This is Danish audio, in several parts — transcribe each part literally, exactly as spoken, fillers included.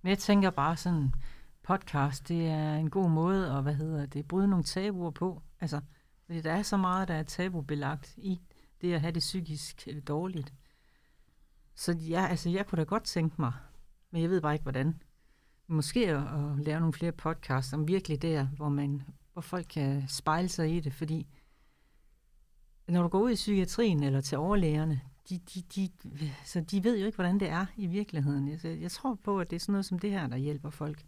Men jeg tænker bare sådan, podcast, det er en god måde at, hvad hedder det, bryde nogle tabuer på. Altså, fordi der er så meget, der er tabubelagt i det at have det psykisk øh, dårligt. Så ja, altså, jeg kunne da godt tænke mig, men jeg ved bare ikke, hvordan. Måske at, at lave nogle flere podcasts om virkelig der, hvor, man, hvor folk kan spejle sig i det, fordi når du går ud i psykiatrien eller til overlægerne, de, de, de, så de ved jo ikke, hvordan det er i virkeligheden. Jeg, jeg tror på, at det er sådan noget som det her, der hjælper folk.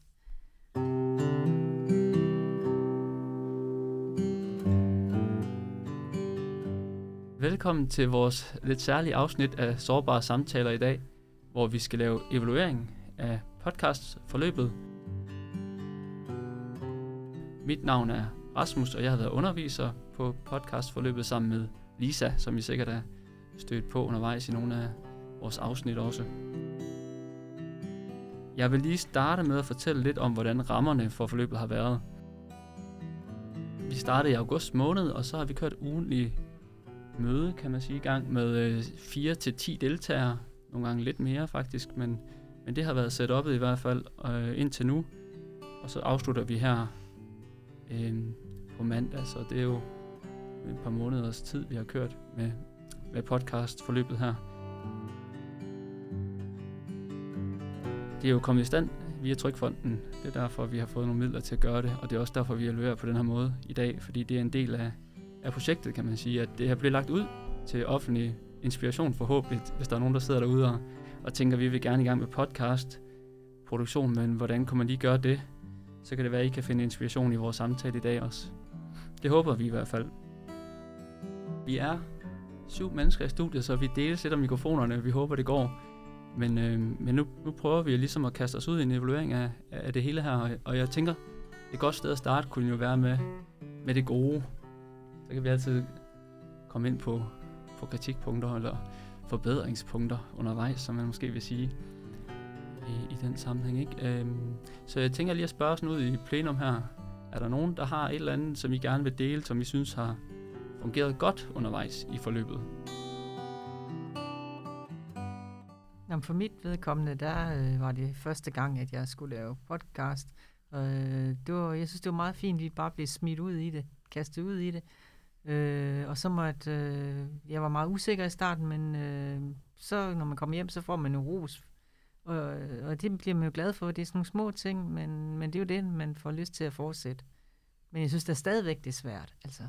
Velkommen til vores lidt særlige afsnit af Sårbare Samtaler i dag, hvor vi skal lave evaluering af podcastforløbet. Mit navn er Rasmus, og jeg har været underviser på podcastforløbet sammen med Lisa, som I sikkert er stødt på undervejs i nogle af vores afsnit også. Jeg vil lige starte med at fortælle lidt om, hvordan rammerne for forløbet har været. Vi startede i august måned, og så har vi kørt ugentlig møde, kan man sige, i gang med fire til ti deltagere. Nogle gange lidt mere faktisk, men, men det har været setup'et i hvert fald øh, indtil nu. Og så afslutter vi her øh, på mandag, så det er jo et par måneders tid, vi har kørt med, med podcastforløbet her. Det er jo kommet i stand via Trykfonden. Det er derfor, vi har fået nogle midler til at gøre det, og det er også derfor, vi evaluerer på den her måde i dag, fordi det er en del af, af projektet, kan man sige, at det her bliver lagt ud til offentlig inspiration forhåbentlig, hvis der er nogen, der sidder derude og, og tænker, at vi vil gerne i gang med podcastproduktion, men hvordan kan man lige gøre det? Så kan det være, at I kan finde inspiration i vores samtale i dag også. Det håber vi i hvert fald. Vi er syv mennesker i studiet, så vi deles lidt om mikrofonerne. Vi håber, det går. Men, øh, men nu, nu prøver vi ligesom at kaste os ud i en evaluering af, af det hele her. Og jeg tænker, et godt sted at starte kunne jo være med, med det gode. Så kan vi altid komme ind på, på kritikpunkter eller forbedringspunkter undervejs, som man måske vil sige i, i den sammenhæng. Ikke? Øhm, så jeg tænker lige at spørge sådan ud i plenum her. Er der nogen, der har et eller andet, som I gerne vil dele, som I synes har fungeret godt undervejs i forløbet? Jamen for mit vedkommende, der øh, var det første gang, at jeg skulle lave podcast. Og, øh, det var, jeg synes, det var meget fint, at vi bare blev smidt ud i det, kastet ud i det. Øh, og så måtte, øh, jeg var meget usikker i starten, men øh, så når man kommer hjem, så får man en ros. Og, og det bliver man jo glad for, det er sådan nogle små ting, men, men det er jo det, man får lyst til at fortsætte. Men jeg synes da stadigvæk, det er svært, altså.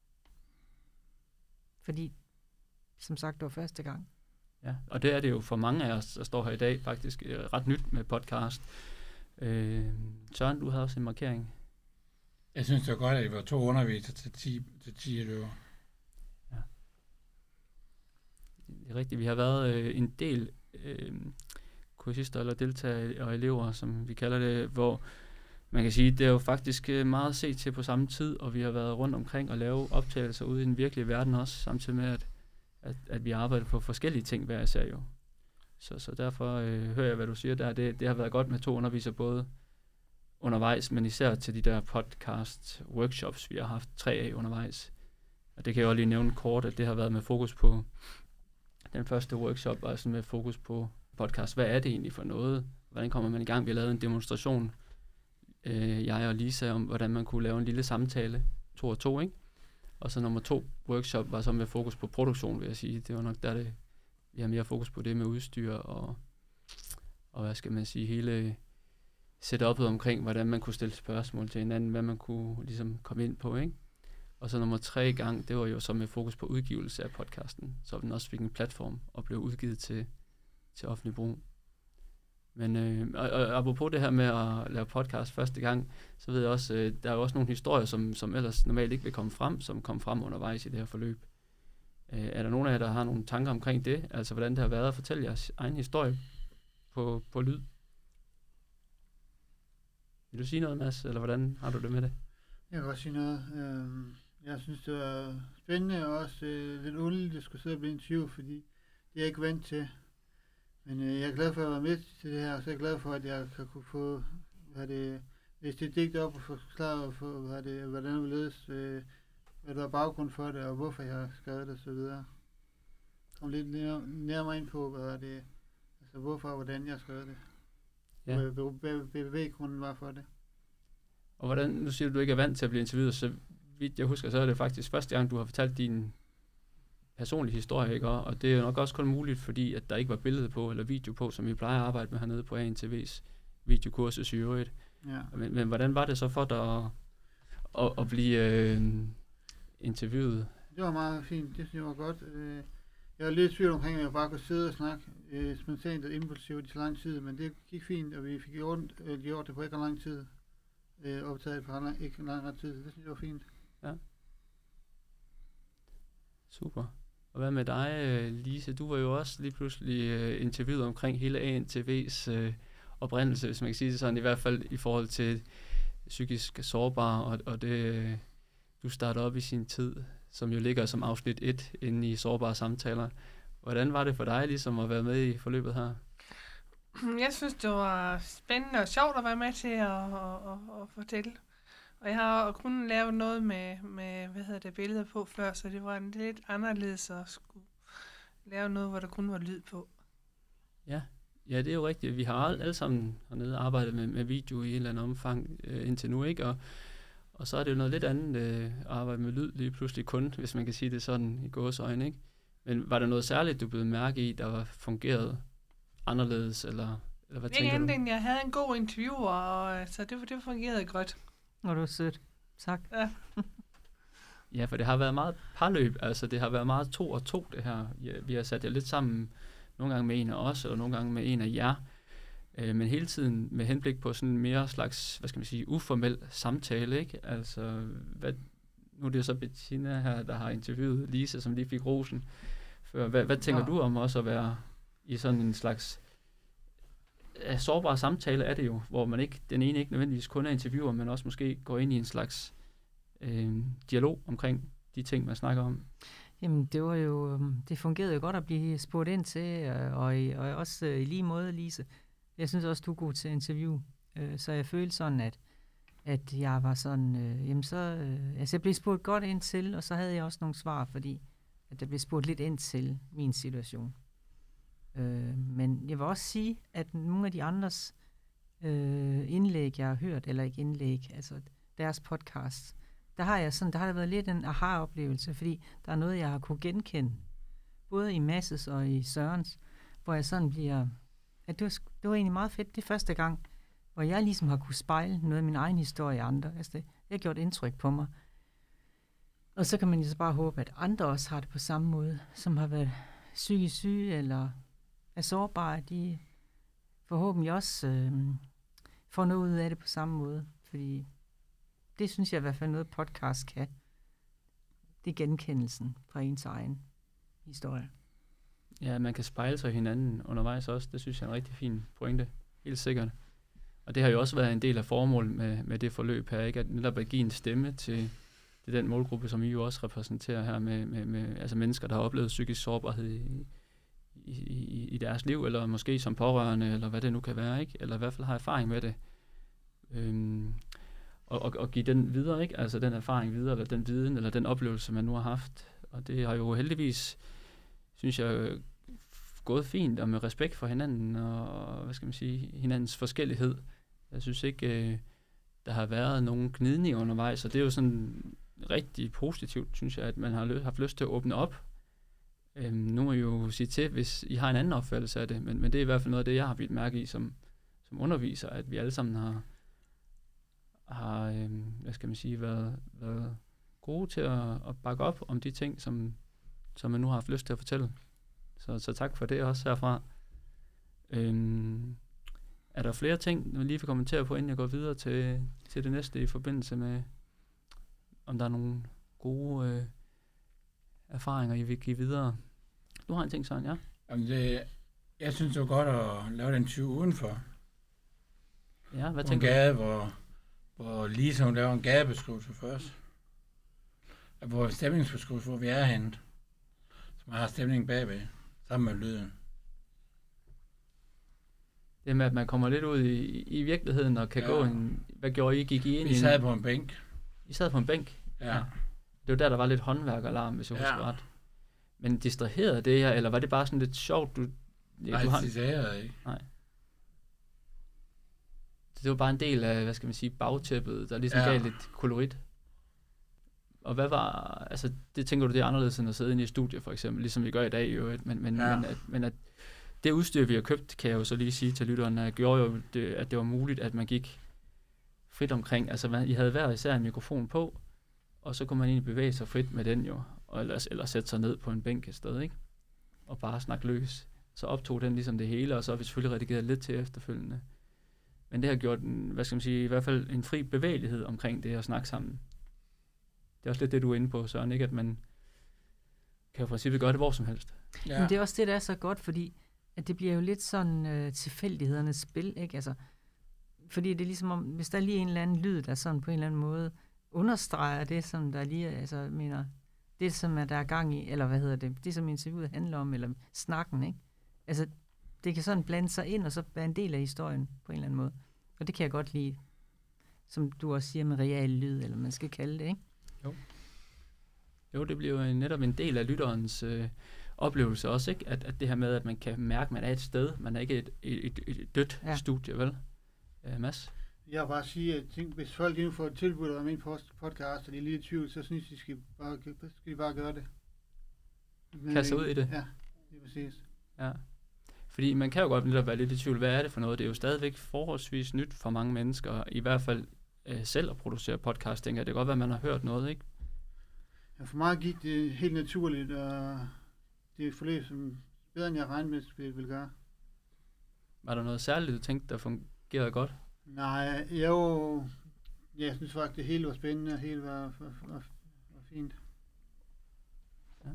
Fordi, som sagt, det var første gang. Ja, og det er det jo for mange af os, der står her i dag, faktisk ret nyt med podcast. Øh, Søren, du havde også en markering. Jeg synes, det var godt, at I var to undervisere til ti, til ti elever. Ja. Det er rigtigt. Vi har været øh, en del øh, kursister eller deltagere og elever, som vi kalder det, hvor man kan sige, det er jo faktisk meget set til på samme tid, og vi har været rundt omkring og lave optagelser ude i den virkelige verden også, samtidig med, at, at, at vi arbejder på forskellige ting hver især jo. Så, så derfor øh, hører jeg, hvad du siger der. Det, det har været godt med to undervisere, både undervejs, men især til de der podcast-workshops, vi har haft tre af undervejs. Og det kan jeg også lige nævne kort, at det har været med fokus på, den første workshop var sådan med fokus på podcast. Hvad er det egentlig for noget? Hvordan kommer man i gang? Vi har lavet en demonstration, øh, jeg og Lisa, om hvordan man kunne lave en lille samtale, to og to, ikke? Og så nummer to workshop var så med fokus på produktion, vil jeg sige. Det var nok der, det, vi har mere fokus på det med udstyr og, og hvad skal man sige, hele setupet omkring, hvordan man kunne stille spørgsmål til hinanden, hvad man kunne ligesom komme ind på, ikke? Og så nummer tre gang, det var jo så med fokus på udgivelse af podcasten, så den også fik en platform og blev udgivet til, til offentlig brug. Men øh, og, og apropos det her med at lave podcast første gang, så ved jeg også, øh, der er jo også nogle historier, som, som ellers normalt ikke vil komme frem, som kom frem undervejs i det her forløb. Øh, er der nogen af jer, der har nogle tanker omkring det? Altså hvordan det har været at fortælle jeres egen historie på, på lyd? Vil du sige noget, Mads, eller hvordan har du det med det? Jeg kan godt sige noget. Jeg synes, det var spændende og også lidt underligt, at skulle sidde og blive interviewet, fordi det er jeg ikke vant til. Men jeg er glad for, at jeg var med til det her, og så er jeg glad for, at jeg kan kunne få, hvad det, hvis det digte op og forklare, for, hvad det, hvordan det ledes, hvad der var baggrund for det, og hvorfor jeg har skrevet det, og så videre. Kom lidt nærmere ind på, hvad det, altså hvorfor og hvordan jeg har skrevet det. Ja. hvad, hvad, hvad bevæggrunden var for det. Og hvordan, nu siger du, du ikke er vant til at blive interviewet, så vidt jeg husker, så er det faktisk første gang, du har fortalt din personlige historie, ikke? Og det er nok også kun muligt, fordi at der ikke var billede på, eller video på, som vi plejer at arbejde med hernede på A N T V's videokursus i øvrigt. Ja. Men, men hvordan var det så for dig at, at, at blive øh, interviewet? Det var meget fint, det synes jeg var godt. Jeg var lidt i tvivl omkring, at jeg bare kunne sidde og snakke øh, spontant og impulsivt i så lang tid, men det gik fint, og vi fik gjort, øh, gjort det på ikke lang tid. Øh, optaget på lang, ikke lang tid, det synes jeg var fint. Ja. Super. Og hvad med dig, Lise? Du var jo også lige pludselig uh, interviewet omkring hele A N T V's uh, oprindelse, hvis man kan sige det sådan, i hvert fald i forhold til psykisk sårbare, og, og det, uh, du startede op i sin tid, som jo ligger som afsnit et inde i Sårbare Samtaler. Hvordan var det for dig ligesom at være med i forløbet her? Jeg synes, det var spændende og sjovt at være med til at, at, at, at fortælle. Og jeg har kun lavet noget med, med hvad hedder det, billeder på før, så det var en lidt anderledes at skulle lave noget, hvor der kun var lyd på. Ja, ja, det er jo rigtigt. Vi har alle sammen hernede arbejdet med, med video i en eller anden omfang øh, indtil nu, ikke? Og, og så er det jo noget lidt andet øh, at arbejde med lyd lige pludselig kun, hvis man kan sige det sådan i gåseøjne, ikke? Men var der noget særligt, du blev mærke i, der var fungeret anderledes, eller, eller hvad det tænker du? Det er jeg havde en god interviewer, og, så det, det fungerede godt. Og du er sødt. Tak. Ja. Ja, for det har været meget parløb, altså det har været meget to og to det her. Ja, vi har sat jer lidt sammen, nogle gange med en af os, eller nogle gange med en af jer, øh, men hele tiden med henblik på sådan en mere slags, hvad skal man sige, uformel samtale, ikke? Altså, hvad, nu er det jo så Bettina her, der har interviewet Lise, som lige fik rosen før. Hvad, hvad tænker ja. du om også at være i sådan en slags ja, sårbare samtale er det jo, hvor man ikke, den ene ikke nødvendigvis kun er interviewer, men også måske går ind i en slags øh, dialog omkring de ting, man snakker om. Jamen, det var jo, det fungerede jo godt at blive spurgt ind til, og, i, og også i lige måde, Lise. Jeg synes også, du er god til interview, så jeg følte sådan, at, at jeg var sådan, øh, jamen så, øh, altså jeg blev spurgt godt ind til, og så havde jeg også nogle svar, fordi at der blev spurgt lidt ind til min situation. Øh, men jeg vil også sige, at nogle af de andres øh, indlæg, jeg har hørt, eller ikke indlæg, altså deres podcast, der har jeg sådan, der har det været lidt en aha-oplevelse, fordi der er noget, jeg har kunne genkende, både i Masses og i Sørens, hvor jeg sådan bliver, at det var, det var egentlig meget fedt, det er første gang, hvor jeg ligesom har kunne spejle noget af min egen historie i andre. Altså det, det har gjort indtryk på mig. Og så kan man jo så bare håbe, at andre også har det på samme måde, som har været psykisk syge eller er sårbare, de forhåbentlig også øh, får noget ud af det på samme måde. Fordi det synes jeg i hvert fald noget podcast kan. Det er genkendelsen fra ens egen historie. Ja, man kan spejle sig hinanden undervejs også. Det synes jeg er en rigtig fin pointe. Helt sikkert. Og det har jo også været en del af formålet med, med det forløb her, ikke? At netop at give en stemme til, til den målgruppe, som I jo også repræsenterer her med, med, med altså mennesker, der har oplevet psykisk sårbarhed i, i, i, i deres liv, eller måske som pårørende, eller hvad det nu kan være, ikke? Eller i hvert fald har erfaring med det. Øhm, og, og, og give den videre, ikke? Altså den erfaring videre, eller den viden, eller den oplevelse, man nu har haft. Og det har jo heldigvis, synes jeg, gået fint, og med respekt for hinanden, og hvad skal man sige, hinandens forskellighed. Jeg synes ikke, øh, der har været nogen gnidning undervejs, og det er jo sådan rigtig positivt, synes jeg, at man har lø- haft lyst til at åbne op. Øhm, nu må I jo sige til, hvis I har en anden opfattelse af det, men, men det er i hvert fald noget af det, jeg har bidt mærke i som, som underviser, at vi alle sammen har, har øhm, hvad skal man sige, været, været gode til at, at bakke op om de ting, som, som man nu har haft lyst til at fortælle. Så, så tak for det også herfra. Øhm, er der flere ting, du lige vil kommentere på, inden jeg går videre til, til det næste i forbindelse med, om der er nogle gode øh, erfaringer, I vil give videre? Du har en ting, Søren, ja? Jamen det, jeg synes, det var godt at lave den tyve udenfor. Ja, hvad på tænker en gade, du? Hvor, hvor Lisa, hun laver en gadebeskrivelse først. Hvor stemningsbeskrivelse, hvor vi er henne. Så man har stemningen bagved, sammen med lyden. Det med, at man kommer lidt ud i, i virkeligheden og kan ja. gå en... Hvad gjorde I? Gik I ind Vi i sad en, på en bænk. I sad på en bænk? Ja. ja. Det var der, der var lidt håndværkerlarm, hvis jeg ja. husker ret. Men distraherede det jer, eller var det bare sådan lidt sjovt? Du, ja, Nej, du har... det distraherede ikke. Nej. det var bare en del af, hvad skal man sige, bagtæppet, der ligesom Ja. gav lidt kolorit. Og hvad var, altså det tænker du, det er anderledes end at sidde inde i et studie for eksempel, ligesom vi gør i dag i øvrigt, men, men, Ja. men, at, men at det udstyr, vi har købt, kan jeg jo så lige sige til lytterne, gjorde jo, det, at det var muligt, at man gik frit omkring. Altså, man, I havde hver især en mikrofon på, og så kunne man egentlig bevæge sig frit med den jo, og ellers, eller sætte sig ned på en bænk et sted, ikke? Og bare snakke løs. Så optog den ligesom det hele, og så har vi selvfølgelig redigeret lidt til efterfølgende. Men det har gjort, en, hvad skal man sige, i hvert fald en fri bevægelighed omkring det at snakke sammen. Det er også lidt det, du er inde på, Søren, ikke? At man kan i princippet gøre det hvor som helst. Ja. Men det er også det, der er så godt, fordi at det bliver jo lidt sådan øh, tilfældighedernes spil, ikke? Altså, fordi det er ligesom om, hvis der er lige en eller anden lyd, der sådan på en eller anden måde understreger det, som der lige er, altså, mener, det som er der er gang i, eller hvad hedder det, det som interviewet handler om, eller snakken, ikke? Altså, det kan sådan blande sig ind, og så være en del af historien på en eller anden måde. Og det kan jeg godt lide, som du også siger med real lyd, eller man skal kalde det, ikke? Jo. Jo, det bliver jo netop en del af lytterens øh, oplevelse også, ikke? At, at det her med, at man kan mærke, at man er et sted, man er ikke et, et, et, et dødt ja. studie, vel? Uh, Mads? Jeg vil bare sige, at tænk, hvis folk inden for et tilbud, der er med en podcast, og de er lige i tvivl, så synes de, skal bare, skal de bare gøre det. Kaste ud i det? Ja, det er præcis. Ja. Fordi man kan jo godt netop være lidt i tvivl, hvad er det for noget? Det er jo stadigvæk forholdsvis nyt for mange mennesker, i hvert fald øh, selv at producere podcast, tænker jeg. Det kan godt være, at man har hørt noget, ikke? Ja, for mig gik det helt naturligt, og det er et forløb, som bedre end jeg regnede med, at det ville gøre. Var der noget særligt, du tænkte, der fungerede godt? Nej, jo, ja, jeg synes faktisk, det hele var spændende, og hele var, var, var, var fint. Ja.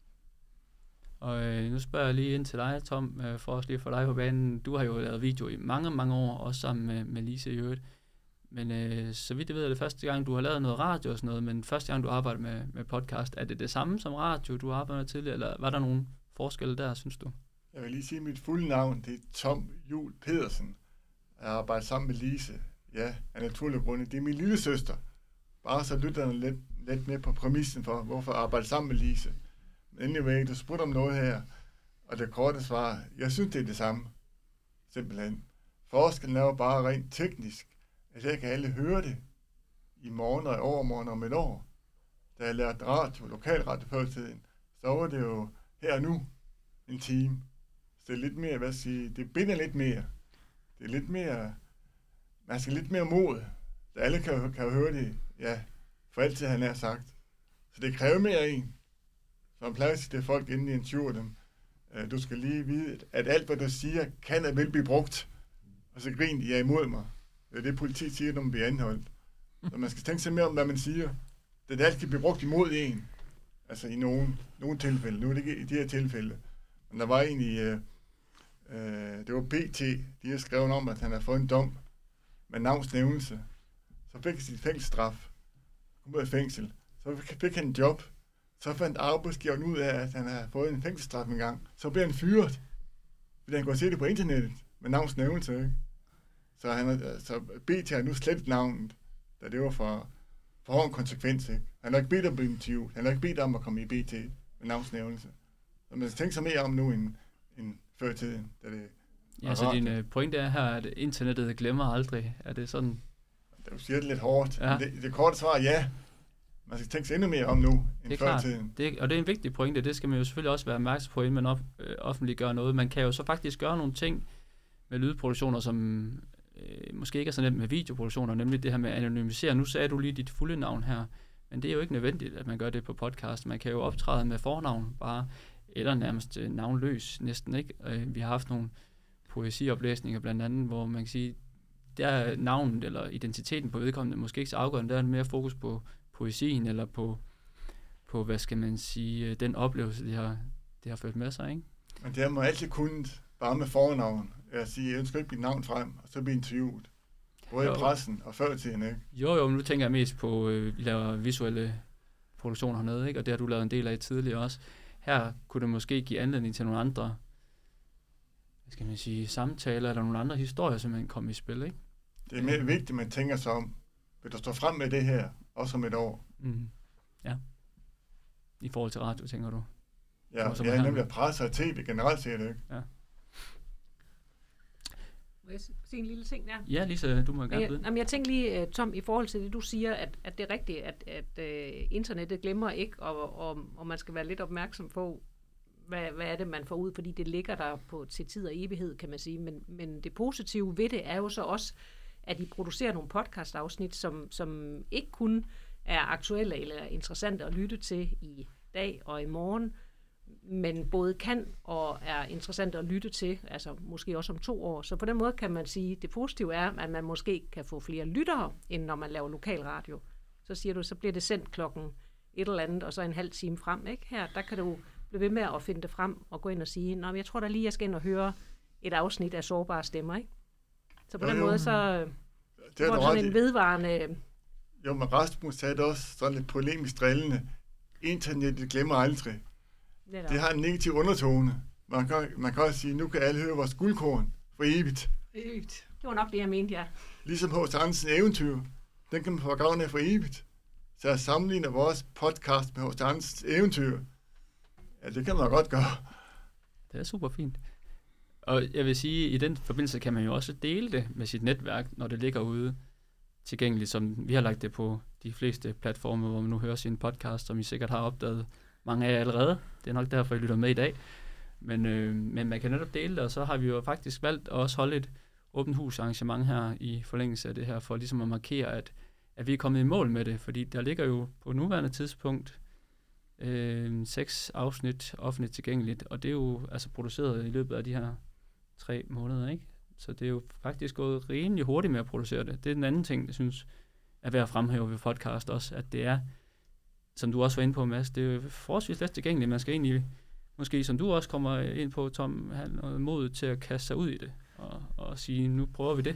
Og øh, nu spørger jeg lige ind til dig, Tom, øh, for os lige for dig på banen. Du har jo lavet video i mange, mange år, også sammen med, med Lise i øvrigt. Men øh, så vidt jeg ved, er det første gang, du har lavet noget radio og sådan noget, men første gang, du arbejder med, med podcast, er det det samme som radio, du arbejder med tidligere, eller var der nogle forskelle der, synes du? Jeg vil lige sige, at mit fulde navn, det er Tom Juhl Pedersen. Jeg arbejder sammen med Lise. Ja, af naturlige grunde. Det er min lille søster. Bare så lytterne lidt, lidt med på præmissen for, hvorfor jeg arbejder sammen med Lise. Men anyway, du spurgte om noget her, og det korte svar, jeg synes, det er det samme. Simpelthen. Forskellen er jo bare rent teknisk, at jeg kan alle høre det i morgen og i overmorgen om et år. Da jeg lærte radio, lokalradio før i tiden, så var det jo her og nu en time. Så det er lidt mere, hvad skal jeg sige, det binder lidt mere. Det er lidt mere, man skal lidt mere mod. Så alle kan, kan jo høre det, ja, for altid han har sagt. Så det kræver mere en. Så man plejer at sige til folk, inden de interviewer dem, øh, du skal lige vide, at alt hvad du siger, kan og vil blive brugt. Og så griner de, ja, imod mig. Det er det, politiet siger, når man bliver anholdt. Så man skal tænke sig mere om, hvad man siger. Det alt kan blive brugt imod en. Altså i nogle, nogle tilfælde. Nu er det ikke i de her tilfælde. Men der var egentlig, øh, øh, det var B T, de har skrevet om, at han har fået en dom med navnsnævnelse. Så fik han sit fængselsstraf. Kom ud af fængsel. Så fik han en job. Så fandt arbejdsgiveren ud af, at han havde fået en fængselsstraf en gang. Så blev han fyret. Fordi han kunne se det på internettet med navnsnævnelse, ikke? Så, han, så B T har nu slettet navnet, da det var for, for hård en konsekvens, ikke? Han har ikke bedt om at blive interviewet. Han har ikke bedt om at komme i B T med navnsnævnelse. Så man skal tænke sig mere om nu, end, end før i tiden, da det Ja, så din uh, pointe er her, at internettet glemmer aldrig. Er det sådan? Du siger det lidt hårdt. Ja. Det, det korte svar er ja. Man skal tænke sig endnu mere om nu, end det er før klart. i tiden. Det, og det er en vigtig pointe. Det skal man jo selvfølgelig også være opmærksom på, inden man op, øh, offentliggør noget. Man kan jo så faktisk gøre nogle ting med lydproduktioner, som øh, måske ikke er så nemt med videoproduktioner, nemlig det her med at anonymisere. Nu sagde du lige dit fulde navn her, men det er jo ikke nødvendigt, at man gør det på podcast. Man kan jo optræde med fornavn bare, eller nærmest øh, navnløs næsten, ikke? Øh, vi har haft nogle poesioplæsninger blandt andet, hvor man kan sige, der er navnet eller identiteten på vedkommende måske ikke så afgørende, der er mere fokus på poesien, eller på, på, hvad skal man sige, den oplevelse, det har, det har ført med sig, ikke? Men det har man altid kunnet, bare med fornavn. Jeg siger, jeg ønsker ikke mit navn frem, og så blive interviewet. Både jo. I pressen og før i tiden, ikke? Jo, jo, men nu tænker jeg mest på, øh, vi laver visuelle produktioner hernede, ikke? Og det har du lavet en del af tidligere også. Her kunne det måske give anledning til nogle andre, hvad skal man sige, samtaler, eller nogle andre historier, som man kommer i spil, ikke? Det er mere vigtigt, at man tænker sig om, vil du stå frem med det her, også om et år? Mm. Ja. I forhold til radio, tænker du? Ja, jeg er nemlig presse og tv generelt set, ikke? Ja. Må jeg sige en lille ting der? Ja, Lisa, du må gerne Jeg, byde. jamen, jeg tænker lige, uh, Tom, i forhold til det, du siger, at, at det er rigtigt, at, at uh, internettet glemmer ikke, og, og, og man skal være lidt opmærksom på, hvad, hvad er det, man får ud, fordi det ligger der på til tid og evighed, kan man sige. Men, men det positive ved det er jo så også, at I producerer nogle podcast-afsnit, som, som ikke kun er aktuelle eller interessante at lytte til i dag og i morgen, men både kan og er interessant at lytte til, altså måske også om to år. Så på den måde kan man sige, at det positive er, at man måske kan få flere lyttere, end når man laver lokalradio. Så siger du, så bliver det sendt klokken et eller andet, og så en halv time frem. Ikke? Her, der kan du blive ved med at finde det frem og gå ind og sige, nå, men jeg tror da lige, jeg skal ind og høre et afsnit af Sårbare Stemmer. Ikke? Så på Jo, den jo. måde, så Det er får der du sådan ret en i. vedvarende... Jo, men Rasmus sagde det også sådan lidt polemisk drillende. Internettet glemmer aldrig. Netop. Det har en negativ undertone. Man kan, man kan også sige, nu kan alle høre vores guldkorn for evigt. Evigt. Det var nok det, jeg mente, ja. Ligesom H C. Andersens eventyr. Den kan man få gavn af for evigt. Så jeg sammenligner vores podcast med H C. Andersens eventyr. Ja, det kan man godt gøre. Det er super fint. Og jeg vil sige, at i den forbindelse kan man jo også dele det med sit netværk, når det ligger ude tilgængeligt, som vi har lagt det på de fleste platforme, hvor man nu hører sin podcast, som I sikkert har opdaget mange af jer allerede. Det er nok derfor, I lytter med i dag. Men, øh, men man kan netop dele det, og så har vi jo faktisk valgt at også holde et åbent hus arrangement her i forlængelse af det her, for ligesom at markere, at, at vi er kommet i mål med det, fordi der ligger jo på nuværende tidspunkt øh, seks afsnit offentligt tilgængeligt, og det er jo altså produceret i løbet af de her tre måneder, ikke? Så det er jo faktisk gået rimelig hurtigt med at producere det. Det er den anden ting, jeg synes er værd at fremhæve ved podcast også, at det er, som du også var inde på, Mads, det er jo forholdsvis let tilgængeligt. Man skal egentlig, måske som du også kommer ind på, Tom, have noget mod til at kaste sig ud i det, og, og sige, nu prøver vi det,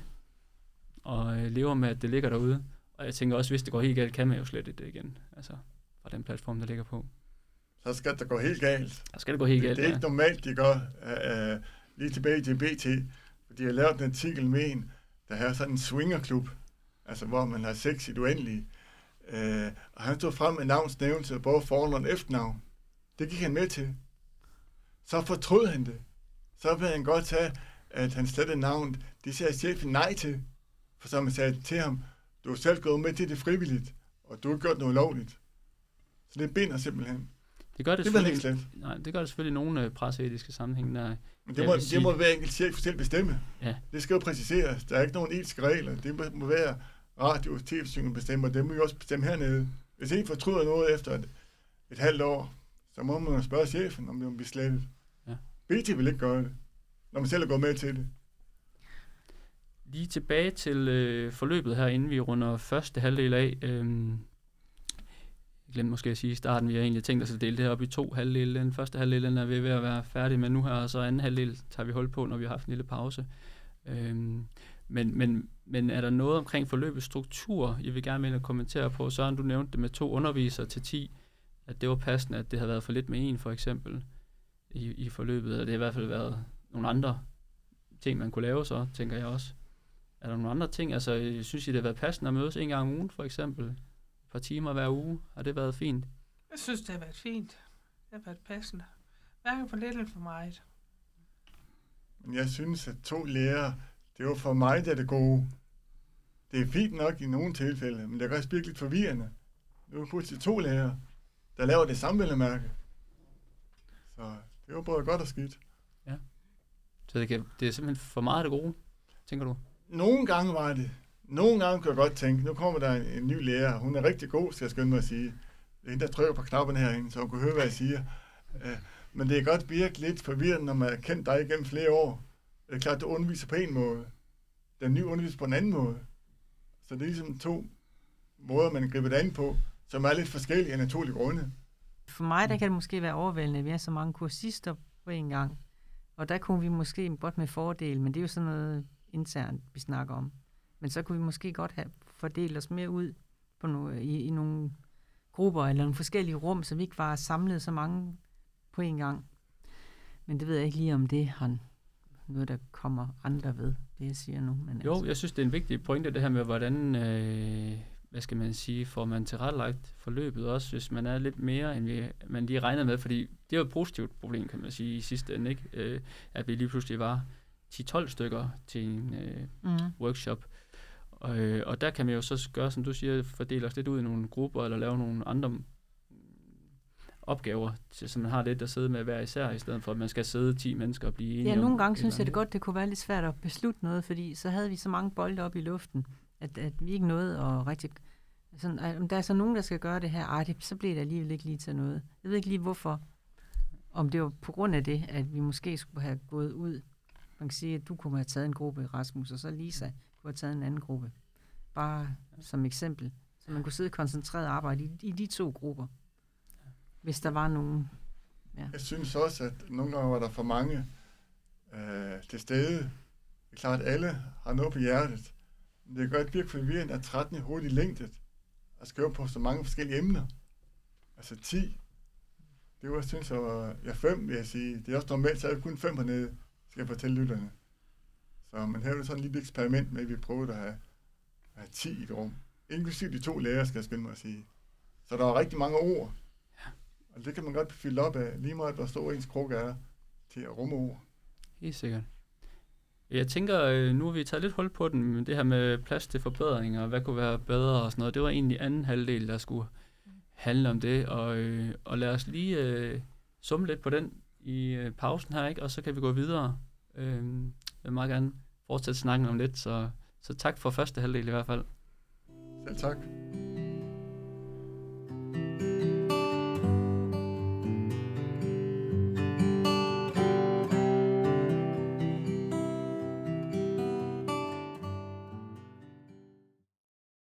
og øh, lever med, at det ligger derude. Og jeg tænker også, hvis det går helt galt, kan man jo slette det igen, altså fra den platform, der ligger på. Så skal det gå helt galt. Så skal det gå helt Det, galt, det er ja. ikke normalt, de gør. Uh, uh, lige tilbage til B T, for de har lavet en artikel med en, der har sådan en swingerklub, altså hvor man har sex i det uendelige. Uh, og han stod frem med navnsnævnelse, både fornavn og efternavn. Det gik han med til. Så fortrød han det. Så ville han godt tage, at han slettede navnet. Det sagde chefen nej til. For så man sagde til ham, du har selv gået med til det frivilligt, og du har gjort noget lovligt. Så det binder simpelthen. Det gør det, Det var selvfølgelig, ikke slet. nej, det gør det selvfølgelig i nogle øh, presseetiske sammenhæng, der Men det Jeg må, vil sige- det må hver enkelt chef selv bestemme. Ja. Det skal jo præciseres. Der er ikke nogen etiske regler. Det må, må være radio- og tv-synet bestemmer. Det må vi også bestemme hernede. Hvis en fortryder noget efter et, et halvt år, så må man jo spørge chefen, om det må blive slettet. Ja. B T vil ikke gøre det, når man selv er gået med til det. Lige tilbage til øh, forløbet her, inden vi runder første halvdel af. Øh, jeg glemte måske at sige i starten, vi har egentlig tænkt os at dele det her op i to halvdele. Den første halvdel den er vi ved at være færdige med nu her, og så anden halvdel tager vi hold på, når vi har haft en lille pause. Øh, men, men, men er der noget omkring forløbets struktur, jeg vil gerne vil kommentere på? Søren, du nævnte det med to undervisere til ti, at det var passende, at det havde været for lidt med en for eksempel i, i forløbet, og det har i hvert fald været nogle andre ting, man kunne lave så, tænker jeg også. Er der nogle andre ting? Altså, jeg synes, I det har været passende at mødes en gang om ugen, for eksempel. Et par timer hver uge. Har det været fint? Jeg synes, det har været fint. Det har været passende. Hverken for lidt eller for meget. Men jeg synes, at to lærere, det var for mig, der er det gode. Det er fint nok i nogle tilfælde, men det kan også blive lidt forvirrende. Nu er pludselig to lærere, der laver det samme vælgermærke. Så det var både godt og skidt. Så det, kan, det er simpelthen for meget af det gode, tænker du? Nogle gange var det. Nogle gange kunne jeg godt tænke, nu kommer der en, en ny lærer. Hun er rigtig god, skal jeg skynde mig at sige. Det er hende, der trykker på knapperne herinde, så hun kan høre, hvad jeg siger. Uh, men det er godt virke lidt forvirrende, når man har kendt dig igennem flere år. Det er klart, du underviser på en måde. Den nye underviser på en anden måde. Så det er ligesom to måder, man griber det an på, som er lidt forskellige af naturlige grunde. For mig, der kan det måske være overvældende, at vi har så mange kursister på en gang. Og der kunne vi måske godt med fordel, men det er jo sådan noget internt, vi snakker om. Men så kunne vi måske godt have fordelt os mere ud på no- i, i nogle grupper eller nogle forskellige rum, så vi ikke var samlet så mange på en gang. Men det ved jeg ikke lige, om det har noget, der kommer andre ved, det jeg siger nu. Men Jo, altså. jeg synes, det er en vigtig pointe, det her med, hvordan, øh, hvad skal man sige, får man tilrettelagt forløbet også, hvis man er lidt mere, end vi, man lige regner med, fordi det er jo et positivt problem, kan man sige, i sidste ende, ikke? Øh, at vi lige pludselig var ti tolv stykker til en øh, Mm. workshop. Og, øh, og der kan man jo så gøre, som du siger, fordele os lidt ud i nogle grupper, eller lave nogle andre mm, opgaver, til, så man har lidt at sidde med hver især, i stedet for at man skal sidde ti mennesker og blive enige Ja, om nogle gange et synes eller jeg det andet. godt, det kunne være lidt svært at beslutte noget, fordi så havde vi så mange bolde op i luften, at, at vi ikke nåede at rigtig... Sådan, ej, om der er så nogen, der skal gøre det her, ej, det, så bliver det alligevel ikke lige til noget. Jeg ved ikke lige, hvorfor. Om det var på grund af det, at vi måske skulle have gået ud. Man kan sige, at du kunne have taget en gruppe, Rasmus, og så Lisa kunne have taget en anden gruppe. Bare som eksempel. Så man kunne sidde koncentreret og arbejde i, i de to grupper. Hvis der var nogen... Ja. Jeg synes også, at nogle gange var der for mange øh, til stede. Det er klart, at alle har noget på hjertet. Men det kan godt virke forvirrende, at tretten er hurtigt længdet at skrive på så mange forskellige emner. Altså ti. Det var, synes jeg, var, ja, fem, vil jeg sige. Det er også normalt, så er det kun fem hernede, skal jeg fortælle lytterne. Så man havde sådan et lille eksperiment med, at vi prøvede at have, at have ti i et rum. Inklusiv de to lærere, skal jeg skynde mig at sige. Så der var rigtig mange ord. Og det kan man godt fylde op af, lige meget hvor stor ens krukke er til at rumme ord. Helt sikkert. Jeg tænker, øh, nu har vi taget lidt hul på den, men det her med plads til forbedringer, hvad kunne være bedre og sådan noget, det var egentlig anden halvdel, der skulle handle om det, og, øh, og lad os lige øh, summe lidt på den i øh, pausen her, ikke? Og så kan vi gå videre. Øh, jeg vil meget gerne fortsætte snakken om lidt, så, så tak for første halvdel i hvert fald. Selv tak.